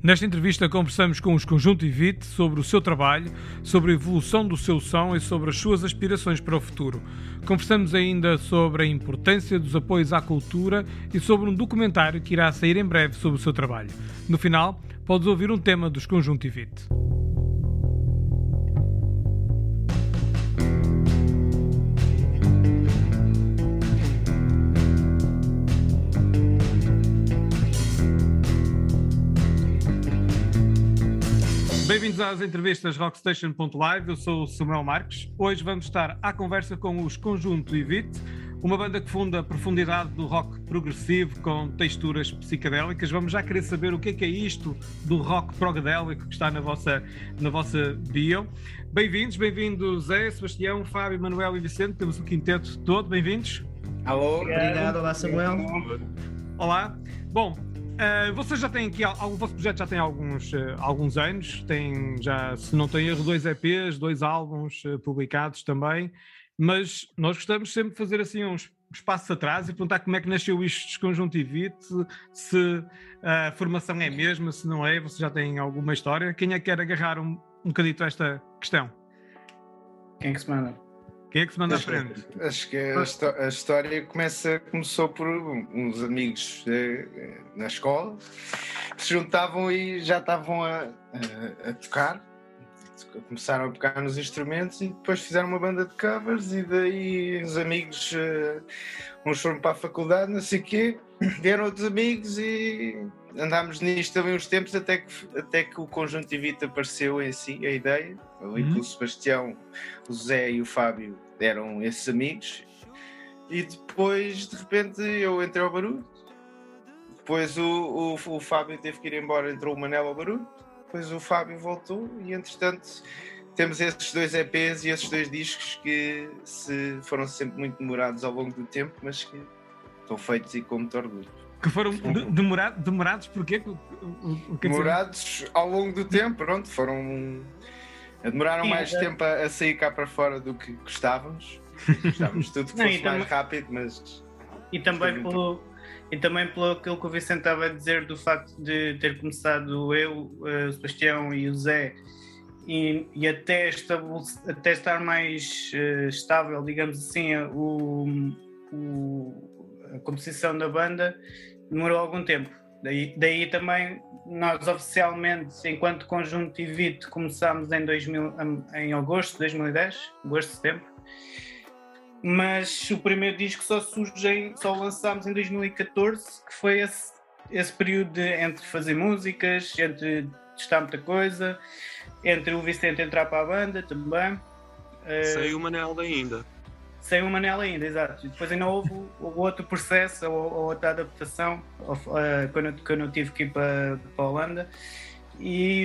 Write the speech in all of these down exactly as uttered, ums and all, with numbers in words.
Nesta entrevista conversamos com os Conjunto Evite sobre o seu trabalho, sobre a evolução do seu som e sobre as suas aspirações para o futuro. Conversamos ainda sobre a importância dos apoios à cultura e sobre um documentário que irá sair em breve sobre o seu trabalho. No final, podes ouvir um tema dos Conjunto Evite. Bem-vindos às entrevistas rockstation ponto live, eu sou o Samuel Marques. Hoje vamos estar à conversa com os Conjunto Evite, uma banda que funda a profundidade do rock progressivo com texturas psicadélicas. Vamos já querer saber o que é, que é isto do rock progadélico que está na vossa, na vossa bio. Bem-vindos, bem-vindos Zé, Sebastião, Fábio, Manuel e Vicente, temos o quinteto todo, bem-vindos. Alô, obrigado, olá Samuel. Olá, bom... Uh, vocês já têm aqui, o vosso projeto já tem alguns, uh, alguns anos, tem já, se não tem erro, dois E Pês, dois álbuns uh, publicados também, mas nós gostamos sempre de fazer assim uns passos atrás e perguntar como é que nasceu isto dos Conjunto Evite, se a formação é a mesma, se não é, vocês já têm alguma história. Quem é que quer agarrar um, um bocadito a esta questão? Quem é que se manda? Quem é que se manda à frente? Acho que a, a história começa, começou por uns amigos eh, na escola que se juntavam e já estavam a, a, a tocar, começaram a tocar nos instrumentos e depois fizeram uma banda de covers e daí os amigos, eh, uns foram para a faculdade, não sei o quê, vieram outros amigos e andámos nisto também uns tempos até que, até que o Conjunto Evite apareceu em si, a ideia. Ali uhum. O Sebastião, o Zé e o Fábio eram esses amigos e depois de repente eu entrei ao barulho, depois o, o, o Fábio teve que ir embora, entrou o Manel ao barulho, depois o Fábio voltou e entretanto temos esses dois E Pês e esses dois discos que se, foram sempre muito demorados ao longo do tempo, mas que estão feitos e com muito orgulho. Que foram de, demora, demorados porquê? O, o, o demorados ao longo do tempo, pronto, foram... Demoraram Sim, mais é. tempo a, a sair cá para fora do que gostávamos. Gostávamos tudo que Não, fosse mais tam... rápido, mas... E também, pelo, e também pelo aquilo que o Vicente estava a dizer do facto de ter começado eu, o Sebastião e o Zé e, e até, até estar mais uh, estável, digamos assim, o, o, a composição da banda demorou algum tempo. Daí, daí também nós oficialmente, enquanto Conjunto Evite, começámos em, dois mil, em agosto de dois mil e dez, agosto, setembro, mas o primeiro disco só surge em, só lançámos em dois mil e catorze, que foi esse, esse período de, entre fazer músicas, entre testar muita coisa, entre o Vicente entrar para a banda também. Sem o Manel ainda. Sem o Manel ainda, exato. E depois ainda houve o outro processo, ou, ou outra adaptação, ou, uh, quando, eu, quando eu tive que ir para, para a Holanda. E,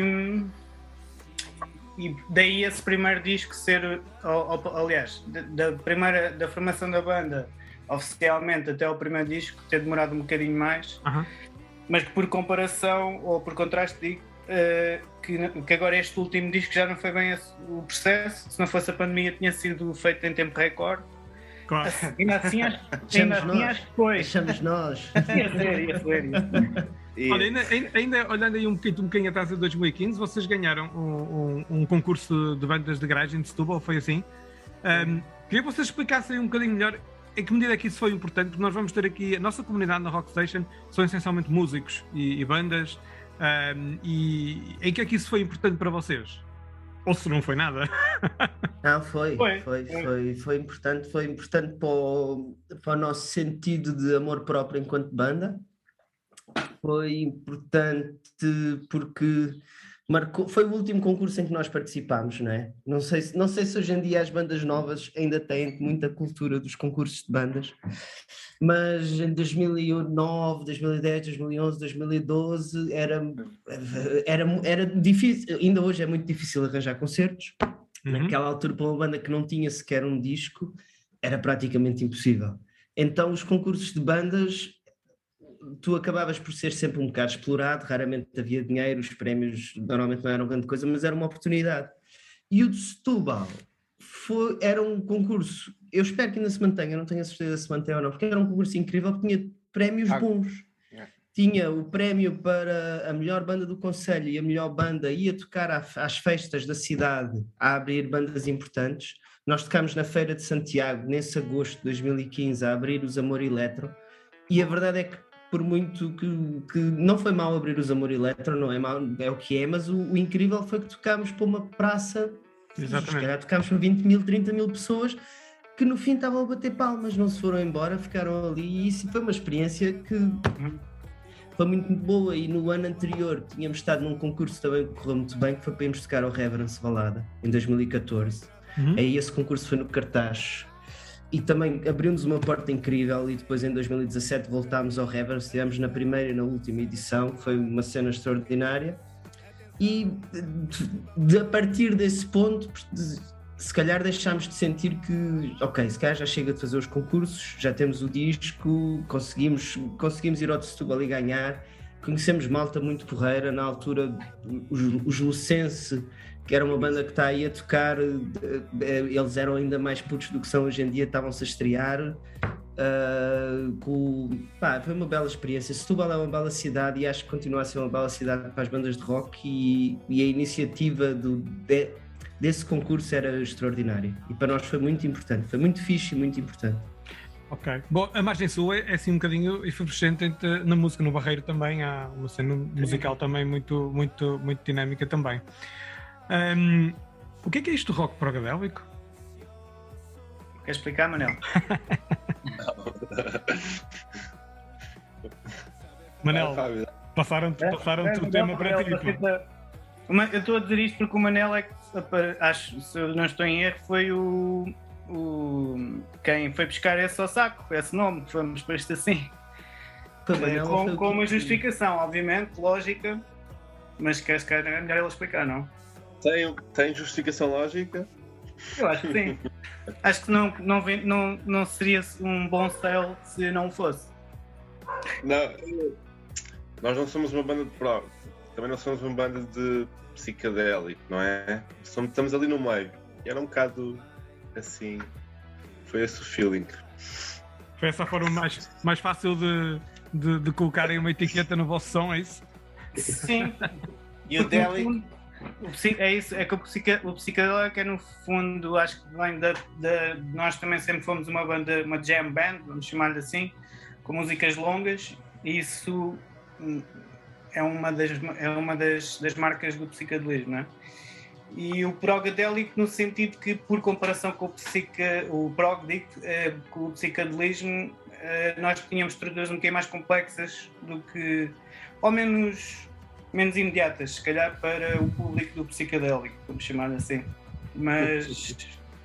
e daí esse primeiro disco ser, ou, ou, aliás, da, primeira, da formação da banda, oficialmente até o primeiro disco, ter demorado um bocadinho mais. Uh-huh. Mas por comparação, ou por contraste, digo, uh, que, que agora este último disco já não foi bem esse, o processo. Se não fosse a pandemia tinha sido feito em tempo recorde. Claro. Ainda assim acho, ainda assim acho que foi. Achamos nós. Ia ser, ia ser. E... Olha, ainda, ainda olhando aí um bocadinho, um bocadinho atrás de dois mil e quinze, vocês ganharam um, um, um concurso de bandas de garagem de Setúbal, foi assim? Um, queria que vocês explicassem um bocadinho melhor em que medida é que isso foi importante, porque nós vamos ter aqui, a nossa comunidade na Rockstation são essencialmente músicos e, e bandas, um, e em que é que isso foi importante para vocês? Ou se não foi nada? Não, foi, foi, foi, foi, foi importante, foi importante para o, para o nosso sentido de amor próprio enquanto banda, foi importante porque marcou, foi o último concurso em que nós participámos, não é? Não sei, não sei se hoje em dia as bandas novas ainda têm muita cultura dos concursos de bandas, mas em dois mil e nove, dois mil e dez, dois mil e onze, dois mil e doze era, era, era difícil, ainda hoje é muito difícil arranjar concertos. Uhum. Naquela altura, para uma banda que não tinha sequer um disco, era praticamente impossível. Então os concursos de bandas, tu acabavas por ser sempre um bocado explorado, raramente havia dinheiro, os prémios normalmente não eram grande coisa, mas era uma oportunidade. E o de Setúbal foi, era um concurso, eu espero que ainda se mantenha, não tenho a certeza se mantém ou não, porque era um concurso incrível, que tinha prémios bons. tinha o prémio para a melhor banda do concelho e a melhor banda ia tocar às festas da cidade a abrir bandas importantes. Nós tocámos na Feira de Santiago, nesse agosto de dois mil e quinze, a abrir os Amor Eletro, e a verdade é que por muito que, que não foi mal abrir os Amor Eletro, não é mal, é o que é, mas o, o incrível foi que tocámos para uma praça, exatamente, se calhar tocámos para vinte mil, trinta mil pessoas, que no fim estavam a bater palmas, não se foram embora, ficaram ali, e isso foi uma experiência que foi muito, muito boa. E no ano anterior tínhamos estado num concurso também que correu muito bem, que foi para irmos tocar ao Reverence Valada, em dois mil e catorze. Uhum. Aí esse concurso foi no Cartaz e também abriu-nos uma porta incrível, e depois em dois mil e dezassete voltámos ao Reverence, estivemos na primeira e na última edição, foi uma cena extraordinária, e de, de, a partir desse ponto de, se calhar deixámos de sentir que, ok, se calhar já chega de fazer os concursos, já temos o disco, conseguimos, conseguimos ir ao de Setúbal e ganhar, conhecemos malta muito porreira, na altura os, os Lucense, que era uma banda que está aí a tocar, eles eram ainda mais putos do que são hoje em dia, estavam-se a estrear, uh, com, pá, foi uma bela experiência. Setúbal é uma bela cidade e acho que continua a ser uma bela cidade para as bandas de rock, e, e a iniciativa do, de, desse concurso era extraordinária e para nós foi muito importante, foi muito fixe e muito importante. Ok. Bom, a Margem Sul é, é assim um bocadinho efervescente na música. No Barreiro também há uma cena musical também muito, muito, muito dinâmica também. Um, o que é que é isto do rock progadélico? Quer explicar, Manel? Manel, passaram-te passaram o tema para ti. Eu estou a dizer isto porque o Manel é que, acho, se eu não estou em erro, foi o, o quem foi buscar esse ao saco, esse nome, vamos para isto assim. É, com, com uma justificação, obviamente, lógica, mas que acho que é melhor ele explicar, não? Tem, tem justificação lógica? Eu acho que sim. Acho que não, não, não, não seria um bom sale se não fosse. Não, nós não somos uma banda de prog, também não somos uma banda de psicadélico, não é? Somos, estamos ali no meio. E era um bocado assim. Foi esse o feeling. Foi essa a forma mais, mais fácil de, de, de colocarem uma etiqueta no vosso som, é isso? Sim. E o Deli. É isso, é que o, psica, o psicadélico é no fundo, acho que vem da, da. Nós também sempre fomos uma banda, uma jam band, vamos chamar-lhe assim, com músicas longas, e isso é uma das, é uma das, das marcas do psicadelismo, não é? E o progadélico no sentido que, por comparação com o, psica, o prog, digo, eh, com o psicadelismo, eh, nós tínhamos estruturas um bocadinho mais complexas do que, ao menos, menos imediatas, se calhar para o público do psicadélico, vamos chamar assim. Mas...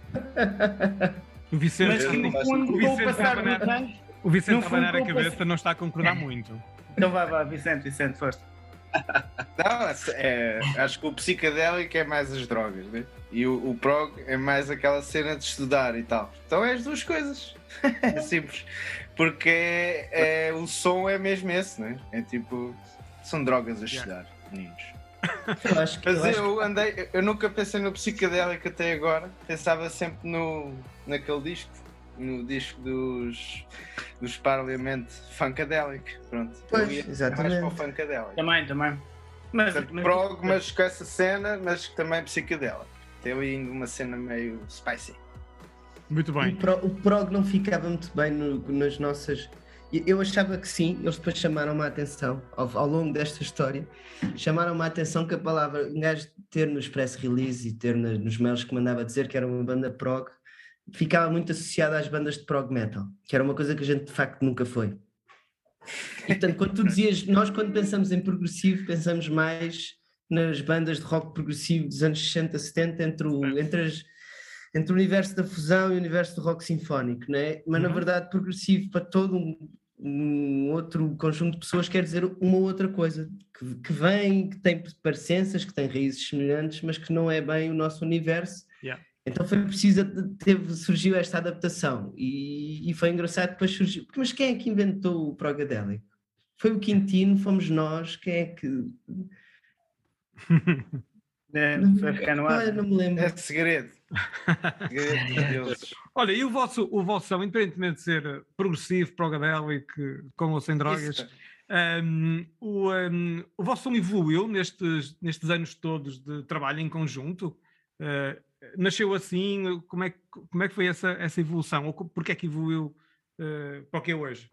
o Vicente, mas que no fundo vou passar muitos anos... O Vicente a abanar a cabeça passar... não está a concordar muito. Então vá, vá, Vicente, Vicente, força. Não, é, acho que o psicadélico é mais as drogas, né? E o, o prog é mais aquela cena de estudar e tal. Então é as duas coisas. É simples. Porque é, é, o som é mesmo esse, né? É tipo, são drogas a estudar, meninos. Eu acho que, Mas eu, eu acho andei, eu nunca pensei no psicadélico até agora. Pensava sempre no, naquele disco. No disco dos, dos Parliament Funkadelic, pronto. Pois, ia exatamente. mais para o Funkadelic. Também, também. Mas, Portanto, mas, prog, mas com essa cena, mas também psicadélico. Tem ali uma cena meio spicy. Muito bem. O, pro, o prog não ficava muito bem no, nas nossas... Eu achava que sim, eles depois chamaram-me a atenção, ao, ao longo desta história, chamaram-me a atenção que a palavra, um gajo ter nos press release e ter na, nos mails que mandava dizer que era uma banda prog, ficava muito associada às bandas de prog metal, que era uma coisa que a gente de facto nunca foi. E portanto, quando tu dizias, nós quando pensamos em progressivo, pensamos mais nas bandas de rock progressivo dos anos sessenta, setenta, entre o, entre as, entre o universo da fusão e o universo do rock sinfónico, não é? Mas uhum. na verdade progressivo para todo um, um outro conjunto de pessoas quer dizer uma outra coisa, que, que vem, que tem parecenças, que tem raízes semelhantes, mas que não é bem o nosso universo. Yeah. Então foi preciso, teve, surgiu esta adaptação e, e foi engraçado depois surgiu. Mas quem é que inventou o progadélico? Foi o Quintino, fomos nós, quem é que... É, não, vai ficar no ar. Não me lembro. É segredo. Segredo dos deuses. Olha, e o vosso, o vosso som, independentemente de ser progressivo, progadélico, com ou sem drogas, Isso. Um, o, um, o vosso som evoluiu nestes, nestes anos todos de trabalho em conjunto? Uh, nasceu assim? Como é, como é que foi essa, essa evolução? Ou porque é que evoluiu uh, para o que é hoje?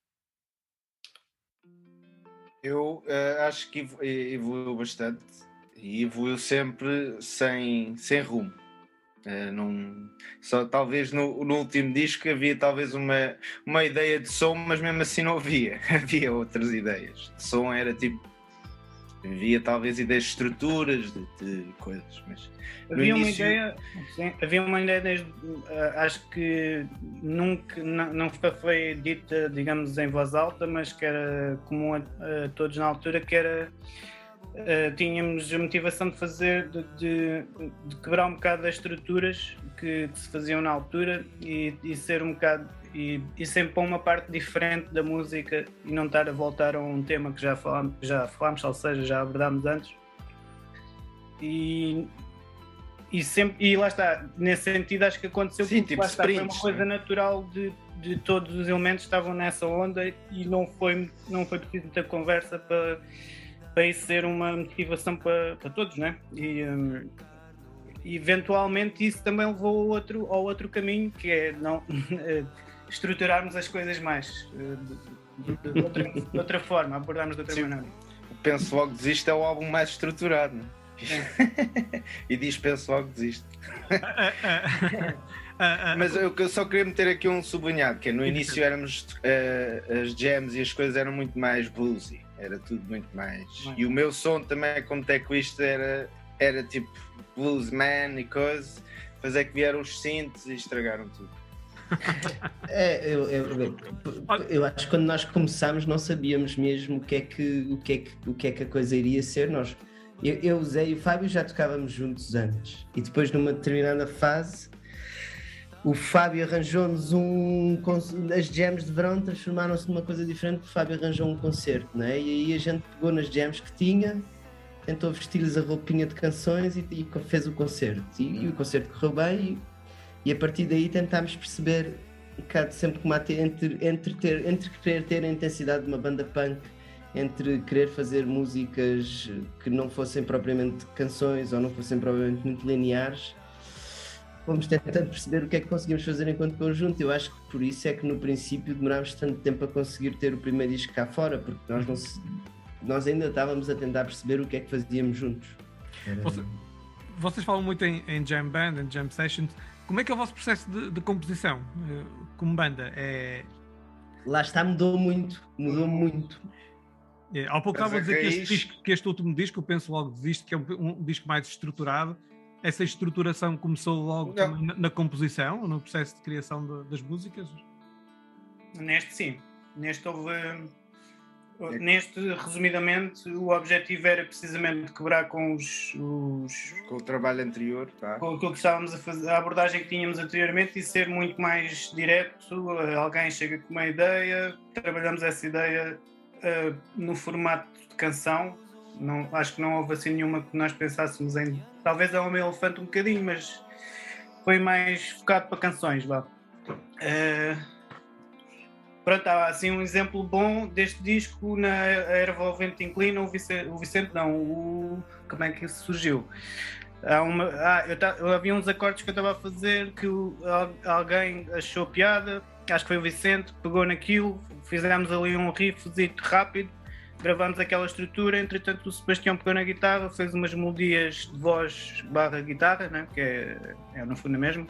Eu uh, acho que evoluiu bastante e evoluiu sempre sem, sem rumo. Uh, não, só talvez no, no último disco havia talvez uma, uma ideia de som, mas mesmo assim não havia. Havia outras ideias. De som era tipo. Havia talvez ideias de estruturas, de, de coisas. Mas havia início... uma ideia, sim, havia uma ideia desde. Uh, acho que nunca, não, nunca foi dita, digamos, em voz alta, mas que era comum a, a todos na altura, que era. Uh, tínhamos a motivação de fazer, de, de, de quebrar um bocado das estruturas que, que se faziam na altura e, e ser um bocado, e, e sempre para uma parte diferente da música e não estar a voltar a um tema que já falámos, já falámos, ou seja, já abordámos antes. E, e, sempre, e lá está, nesse sentido acho que aconteceu. Sim, porque tipo lá está, sprints, foi uma coisa natural de, de todos os elementos que estavam nessa onda e não foi, não foi preciso muita conversa para para isso ser uma motivação para, para todos, né? E um, eventualmente isso também levou ao outro, ao outro caminho, que é não estruturarmos as coisas mais de, de, de, outra, de outra forma, abordarmos de outra Sim. maneira. O Penso Logo Desisto é o álbum mais estruturado, né? É. E diz Penso Logo Desisto. Mas eu, eu só queria meter aqui um sublinhado, que é, no início éramos uh, as jams e as coisas eram muito mais bluesy. Era tudo muito mais. E o meu som também, como teclista, era, era tipo bluesman e coisa. Depois é que vieram os synths e estragaram tudo. É, eu, eu, eu, eu acho que quando nós começámos não sabíamos mesmo o que é que, o que, é que, o que, é que a coisa iria ser. Nós, eu, eu, o Zé e o Fábio já tocávamos juntos antes. E depois, numa determinada fase, o Fábio arranjou-nos um... As jams de verão transformaram-se numa coisa diferente, porque o Fábio arranjou um concerto, não é? E aí a gente pegou nas jams que tinha, tentou vestir-lhes a roupinha de canções e, e fez o concerto. E, e o concerto correu bem e, e a partir daí tentámos perceber um bocado sempre como entre, entre, ter, entre querer ter a intensidade de uma banda punk, entre querer fazer músicas que não fossem propriamente canções ou não fossem propriamente muito lineares. Fomos tentando perceber o que é que conseguimos fazer enquanto conjunto. Eu acho que por isso é que no princípio demorámos tanto tempo a conseguir ter o primeiro disco cá fora, porque nós, não se... nós ainda estávamos a tentar perceber o que é que fazíamos juntos. Era... Você... Vocês falam muito em, em jam band, em jam sessions. Como é que é o vosso processo de, de composição como banda? É... Lá está, mudou muito, mudou muito. É, há pouco estava a dizer que este, disco, que este último disco, eu penso logo desisto, que é um, um disco mais estruturado. Essa estruturação começou logo também na, na composição, no processo de criação de, das músicas? Neste sim, neste houve, neste resumidamente o objetivo era precisamente quebrar com os, os com o trabalho anterior, tá? Com aquilo que estávamos a fazer, a abordagem que tínhamos anteriormente e ser muito mais direto, alguém chega com uma ideia, trabalhamos essa ideia uh, no formato de canção. Não, acho que não houve assim nenhuma que nós pensássemos em. Talvez é um elefante um bocadinho, mas foi mais focado para canções. Vá. Uh, pronto, há assim um exemplo bom deste disco na Erva ao Vento Inclina. O Vicente, o Vicente não, o, como é que isso surgiu? Há uma, ah, eu, ta, eu havia uns acordes que eu estava a fazer que o, alguém achou piada, acho que foi o Vicente, pegou naquilo, fizemos ali um riffzito rápido. Gravámos aquela estrutura, entretanto o Sebastião pegou na guitarra, fez umas melodias de voz barra guitarra, né? Que é, é no fundo mesmo.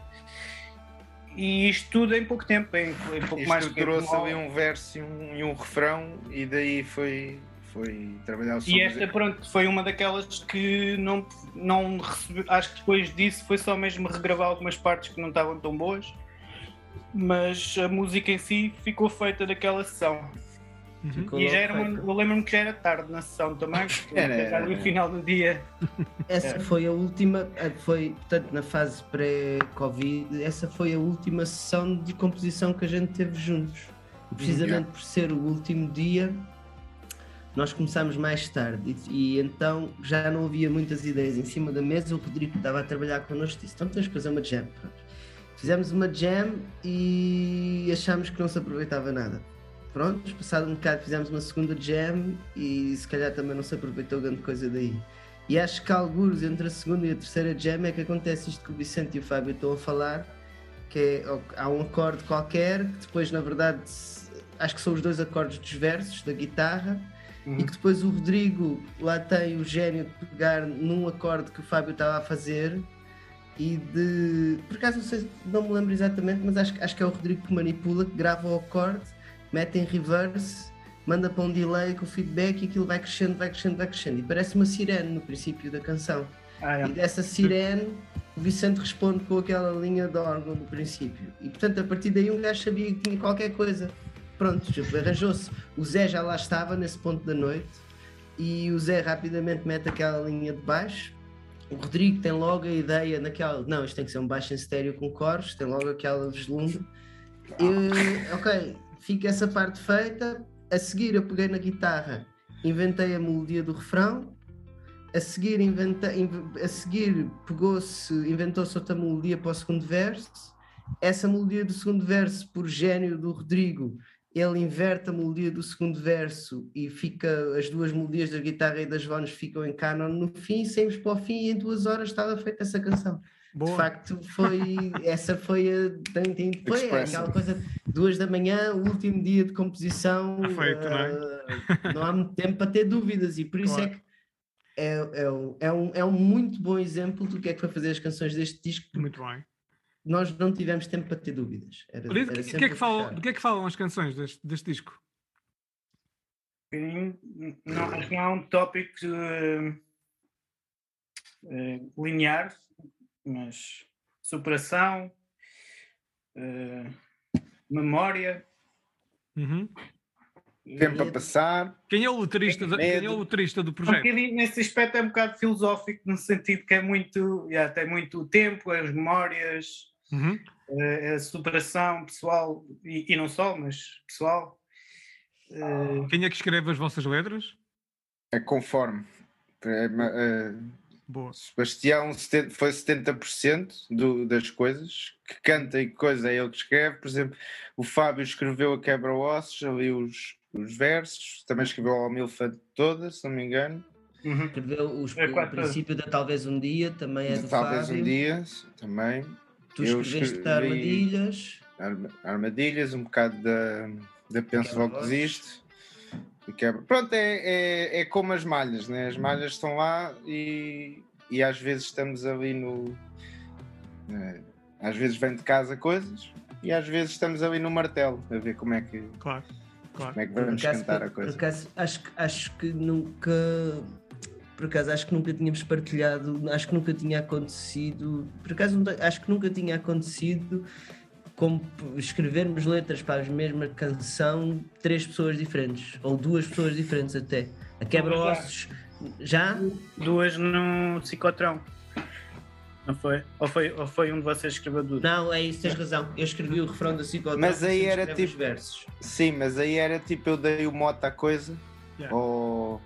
E isto tudo em pouco tempo, em, em pouco mais que trouxe ali um verso e um, e um refrão e daí foi, foi trabalhar o som. E esta pronto, foi uma daquelas que não, não recebi, acho que depois disso foi só mesmo regravar algumas partes que não estavam tão boas, mas a música em si ficou feita daquela sessão. Uhum. E já era uma, eu lembro-me que já era tarde na sessão também, era, era no final do dia. Essa é. foi a última, foi, portanto, na fase pré-Covid, essa foi a última sessão de composição que a gente teve juntos. E precisamente yeah. por ser o último dia, nós começámos mais tarde e, e então já não havia muitas ideias em cima da mesa. O Rodrigo que estava a trabalhar connosco disse, então temos que fazer uma jam. Pronto. Fizemos uma jam e achámos que não se aproveitava nada. pronto, passado um bocado fizemos uma segunda jam e se calhar também não se aproveitou grande coisa daí. E acho que alguns entre a segunda e a terceira jam é que acontece isto que o Vicente e o Fábio estão a falar, que é, há um acorde qualquer que depois na verdade acho que são os dois acordes dos versos da guitarra, uhum. E que depois o Rodrigo lá tem o gênio de pegar num acorde que o Fábio estava a fazer e de... por acaso não sei, não me lembro exatamente, mas acho, acho que é o Rodrigo que manipula, que grava o acorde, mete em reverse, manda para um delay com o feedback e aquilo vai crescendo, vai crescendo, vai crescendo. E parece uma sirene no princípio da canção. Ah, é. E dessa sirene o Vicente responde com aquela linha de órgão do princípio. E portanto a partir daí um gajo sabia que tinha qualquer coisa. Pronto, arranjou-se. O Zé já lá estava nesse ponto da noite e o Zé rapidamente mete aquela linha de baixo. O Rodrigo tem logo a ideia naquela... não, isto tem que ser um baixo em estéreo com coros, tem logo aquela vislumbre. E, ok, fica essa parte feita. A seguir eu peguei na guitarra, inventei a melodia do refrão. A seguir, inventei, a seguir pegou-se, inventou-se outra melodia para o segundo verso. Essa melodia do segundo verso, por gênio do Rodrigo, ele inverte a melodia do segundo verso e fica, as duas melodias da guitarra e das vozes ficam em canon no fim, saímos para o fim e em duas horas estava feita essa canção. Boa. De facto, foi, essa foi a foi aquela coisa, duas da manhã, o último dia de composição, feito, uh, não, é? Não há muito tempo para ter dúvidas e por isso claro. É que é, é, um, é, um, é um muito bom exemplo do que é que foi fazer as canções deste disco. Muito bem. Nós não tivemos tempo para ter dúvidas. Era, era que, que é que falam, do que é que falam as canções deste, deste disco? Não, acho que não há um tópico uh, uh, linear, mas superação, uh, memória, uhum. Tempo a passar. Quem é o letrista, da, quem é o letrista do projeto? Um nesse aspecto é um bocado filosófico, no sentido que é muito, yeah, tem muito tempo, as memórias, uhum. a superação pessoal, e, e não só, mas pessoal. Uh... Quem é que escreve as vossas letras? É conforme. É, é, Boa. Sebastião foi setenta por cento do, das coisas, que canta e coisa é ele que escreve. Por exemplo, o Fábio escreveu a Quebra-Ossos, ali os, os versos, também escreveu a Almilfa toda, se não me engano. Uhum. Escreveu os, é o princípio da Talvez Um Dia, também é de do Talvez Fábio. Um Dia, também. Tu escreveste da Armadilhas. Armadilhas, um bocado da, da Penso Logo que Existe. Pronto, é, é, é como as malhas, né? As malhas estão lá e, e às vezes estamos ali no... É, às vezes vem de casa coisas e às vezes estamos ali no martelo a ver como é que, claro, claro. Como é que vamos acaso, cantar por, a coisa. Por acaso, acho, acho que nunca... Por acaso, acho que nunca tínhamos partilhado, acho que nunca tinha acontecido... Por acaso, acho que nunca tinha acontecido... como escrevermos letras para a mesma canção, três pessoas diferentes, ou duas pessoas diferentes até. A Quebra-Ossos, já? Duas no Psicotrão, não foi? Ou foi, ou foi um de vocês que escreveu duas? Não, é isso, tens razão. Eu escrevi o refrão da Psicotrão. Mas aí era tipo... versos. Sim, mas aí era tipo, eu dei o mote à coisa, yeah. ou...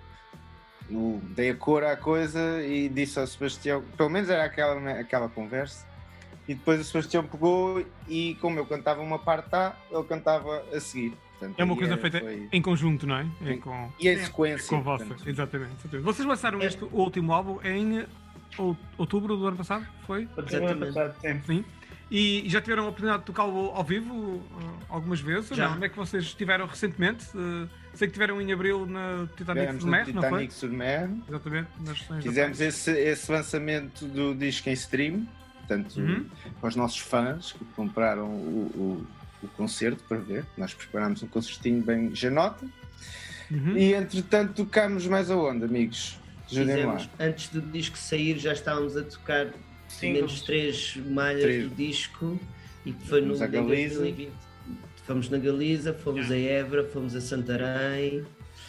Eu dei a cor à coisa e disse ao Sebastião, pelo menos era aquela, aquela conversa. E depois o Sebastião pegou e, como eu cantava uma parte A, ele cantava a seguir. Portanto, é uma coisa feita foi... em conjunto, não é? Em, com... E em sequência. Com vossa, portanto... exatamente, exatamente. Vocês lançaram é. este último álbum em outubro do ano passado, foi? Outubro do ano passado, sim. sim. E já tiveram a oportunidade de tocá-lo ao vivo algumas vezes? Já. Não? Como é que vocês estiveram recentemente? Sei que tiveram em abril na Titanic Surmer, não foi? Titanic Surmer. Exatamente. Nas Fizemos esse, esse lançamento do disco em stream. Portanto, uhum. para os nossos fãs que compraram o, o, o concerto para ver, nós preparámos um concertinho bem janota. Uhum. E entretanto tocámos mais aonde, amigos? Fizemos, antes do disco sair já estávamos a tocar Sim, menos três malhas três. do disco e que foi fomos no a Galiza. dois mil e vinte. Fomos na Galiza, fomos yeah. a Évora, fomos a Santarém.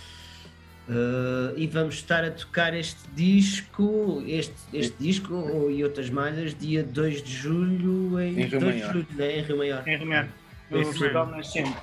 Uh, e vamos estar a tocar este disco, este, este disco e outras malhas, dia dois de julho em, em Rio dois Maior. De julho, né? Em Rio Maior. Em Rio Maior. No Festival Nascente.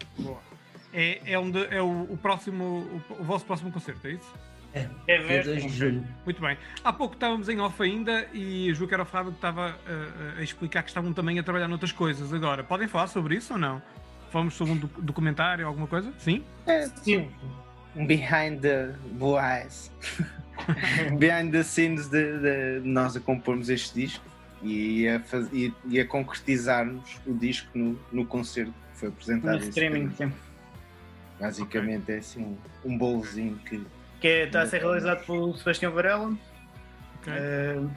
É, é, onde, é o, o próximo, o, o vosso próximo concerto, é isso? É, é ver, dois de julho. Muito bem. Há pouco estávamos em off ainda e o Ju que era o Fábio que estava uh, a explicar que estavam também a trabalhar noutras coisas agora. Podem falar sobre isso ou não? falamos sobre um documentário, alguma coisa? Sim? É, sim. Um behind the blue eyes. Behind the scenes de, de nós a compormos este disco e a, faz, e, e a concretizarmos o disco no, no concerto que foi apresentado. No streaming, sim. Basicamente okay. É assim um, um bolozinho que... Que é, está a ser realizado pelo Sebastião Varela. Ok. Uh,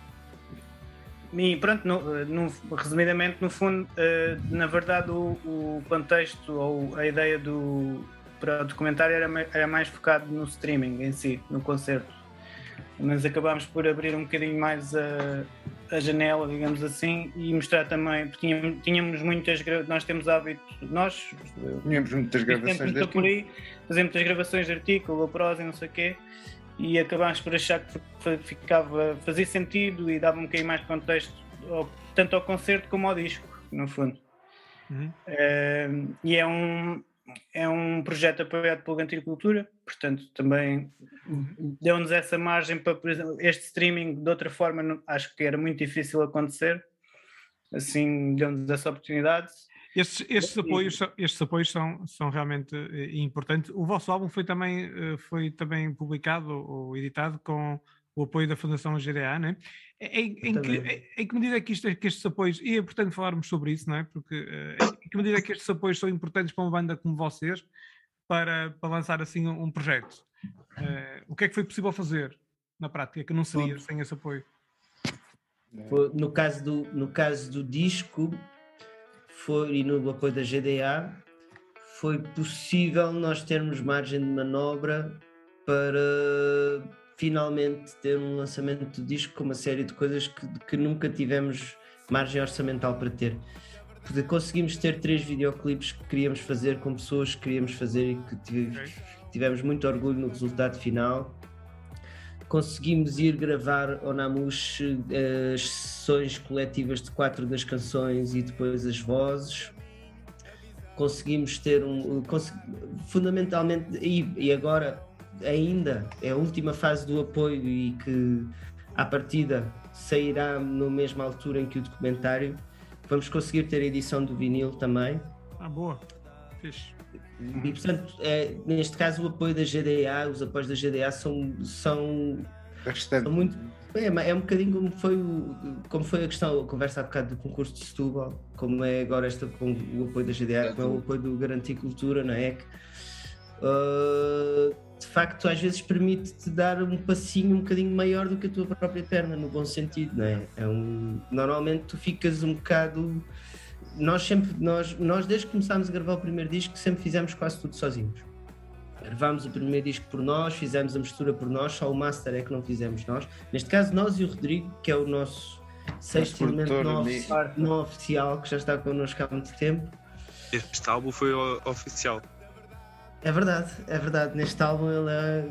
e pronto, no, no, resumidamente, no fundo, uh, na verdade o, o contexto ou a ideia do para o documentário era, era mais focado no streaming em si, no concerto. Mas acabámos por abrir um bocadinho mais a, a janela, digamos assim, e mostrar também, porque tínhamos, tínhamos muitas, nós temos hábito, nós tínhamos muitas gravações de artigo. Por aí, fazemos muitas gravações de artigo, prosa e não sei o quê, e acabámos por achar que ficava, fazia sentido e dava um bocadinho mais de contexto, ao, tanto ao concerto como ao disco, no fundo. Uhum. Uh, e é um... É um projeto apoiado pela Ganticultura, portanto também deu-nos essa margem para, por exemplo, este streaming de outra forma acho que era muito difícil acontecer, assim deu-nos essa oportunidade. Estes, estes apoios, estes apoios são, são realmente importantes. O vosso álbum foi também, foi também publicado ou editado com o apoio da Fundação G D A, né? Em, em, que, em, em que medida é que, isto, que estes apoios, e é importante falarmos sobre isso, não é? Porque em que medida é que estes apoios são importantes para uma banda como vocês para, para lançar assim um, um projeto? Uh, o que é que foi possível fazer na prática que não seria sem esse apoio? No caso do, no caso do disco foi, e no apoio da G D A, foi possível nós termos margem de manobra para finalmente ter um lançamento do disco com uma série de coisas que, que nunca tivemos margem orçamental para ter. Porque conseguimos ter três videoclipes que queríamos fazer com pessoas que queríamos fazer e que tivemos, tivemos muito orgulho no resultado final. Conseguimos ir gravar ao Namus as sessões coletivas de quatro das canções e depois as vozes. Conseguimos ter um... Consegui, fundamentalmente, e, e agora... ainda é a última fase do apoio e que à partida sairá na mesma altura em que o documentário, vamos conseguir ter a edição do vinil também. Ah, boa, fixe. E portanto, é, neste caso o apoio da G D A, os apoios da G D A são, são, são muito... É, é um bocadinho como foi, o, como foi a questão, a conversa há bocado do concurso de Setúbal, como é agora esta com o apoio da G D A, como é o apoio do Garantir Cultura, não é? Que, uh, de facto, às vezes permite-te dar um passinho um bocadinho maior do que a tua própria perna, no bom sentido, não é? É um, normalmente tu ficas um bocado... Nós sempre, nós, nós desde que começámos a gravar o primeiro disco, sempre fizemos quase tudo sozinhos. Gravámos o primeiro disco por nós, fizemos a mistura por nós, só o master é que não fizemos nós. Neste caso, nós e o Rodrigo, que é o nosso sexto elemento não, ofici- não oficial, que já está connosco há muito tempo. Este álbum foi o- oficial. É verdade, é verdade. Neste álbum ele é...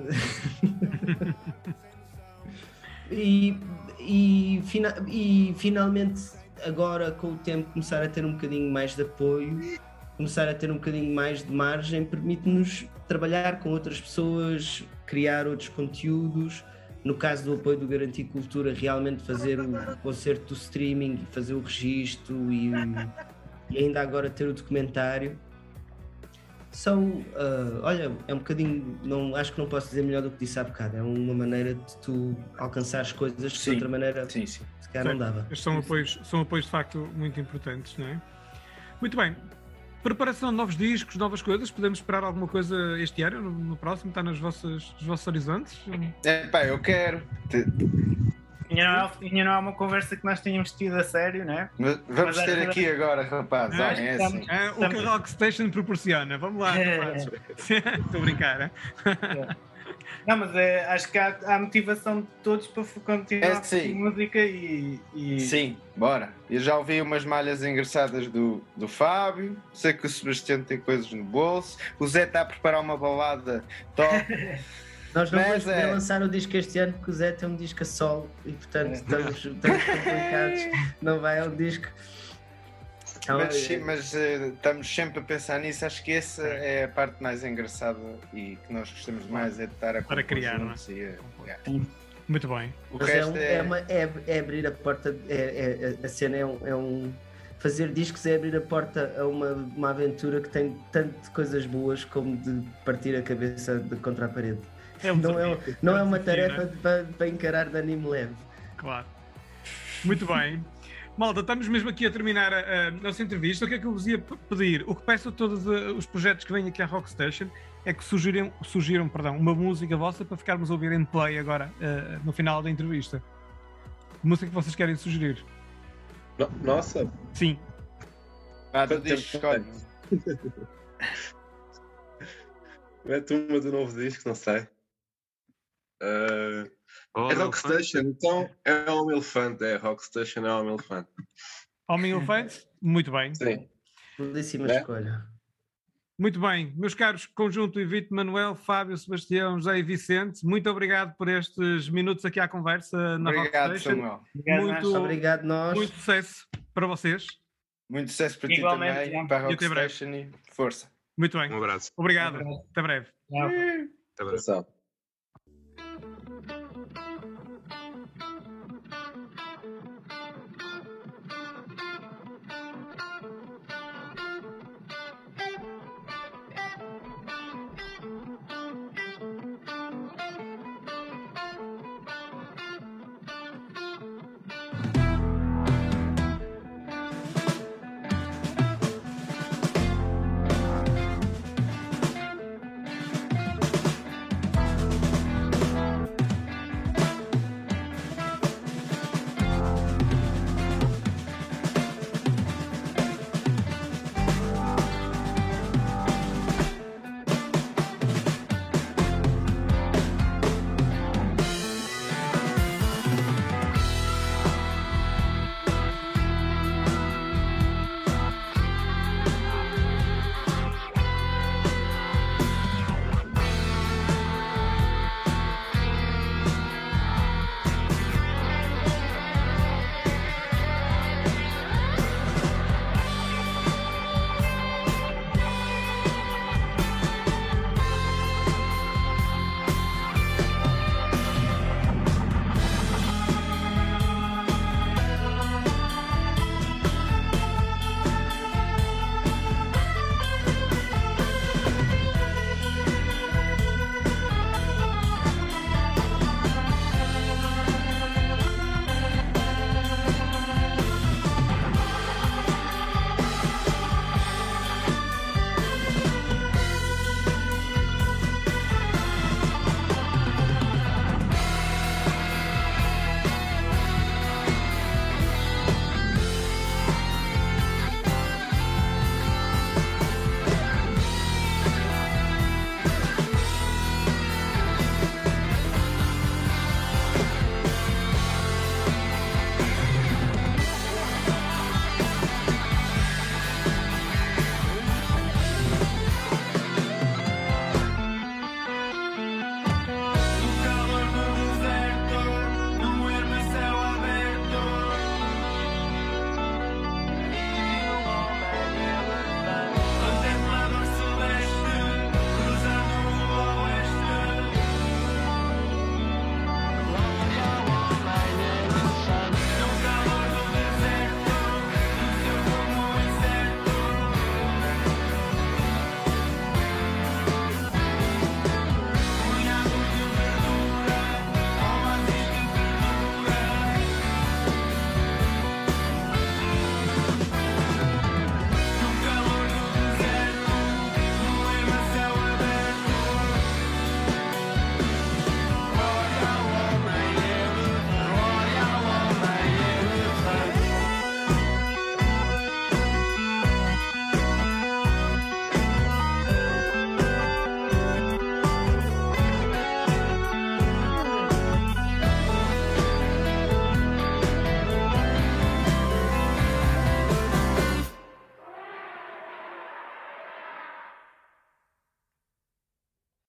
e, e, fina, e finalmente, agora com o tempo, começar a ter um bocadinho mais de apoio, começar a ter um bocadinho mais de margem, permite-nos trabalhar com outras pessoas, criar outros conteúdos. No caso do apoio do Garantir Cultura, realmente fazer o concerto do streaming, fazer o registro e, e ainda agora ter o documentário. São, uh, olha, é um bocadinho, não, acho que não posso dizer melhor do que disse há bocado, é uma maneira de tu alcançares coisas que sim, de outra maneira sim, sim. se calhar não dava. São apoios, são apoios de facto muito importantes, não é? Muito bem, preparação de novos discos, novas coisas, podemos esperar alguma coisa este ano, no, no próximo, está nas vossas, nos vossos horizontes? É pá, eu quero... Ainda não, é, ainda não é uma conversa que nós tínhamos tido a sério, não é? Mas vamos Mas ter aqui agora, rapaz. Ah, é estamos, assim. é, o que a Rockstation proporciona. Vamos lá, rapazes. Estou a brincar, é? Não, mas é, acho que há, há motivação de todos para continuar é, a fazer música e, e... Sim, bora. Eu já ouvi umas malhas engraçadas do, do Fábio, sei que o Sebastião tem coisas no bolso, o Zé está a preparar uma balada top. Nós não vamos poder é... lançar o disco este ano porque o Zé tem um disco a solo e portanto é. estamos, estamos complicados, não vai ao disco. Mas, sim, mas uh, estamos sempre a pensar nisso, acho que essa é a parte mais engraçada e que nós gostamos mais, é de estar a para criar, não é? E a, muito bem. O resto é, um, é... É, uma, é, é abrir a porta, é, é, a cena é um, é um fazer discos é abrir a porta a uma, uma aventura que tem tanto de coisas boas como de partir a cabeça de contra a parede. É um não, é, não é uma tarefa né? para, para encarar de ânimo leve. Claro. Muito bem. Malta, estamos mesmo aqui a terminar a, a nossa entrevista. O que é que eu vos ia pedir? O que peço a todos os projetos que vêm aqui à Rockstation é que sugiram, sugiram perdão, uma música vossa para ficarmos a ouvir em play agora, uh, no final da entrevista. Música que vocês querem sugerir? No, nossa? Sim. Ah, tu dizes, escolhe. Mete uma do novo disco, não sei. Uh, oh, é Rockstation, então é Homem Elefante, é Rockstation é Homem Elefante. Homem Elefante? Muito bem. Sim. Belíssima é? escolha. Muito bem, meus caros Conjunto e Vito, Manuel, Fábio, Sebastião, José e Vicente, muito obrigado por estes minutos aqui à conversa na Obrigado, Rockstation. Samuel. Muito obrigado, nós. Muito sucesso para vocês. Muito sucesso para ti também, para a Rockstation e força. Muito bem. Um abraço. Obrigado. Um abraço. Até breve. Até breve.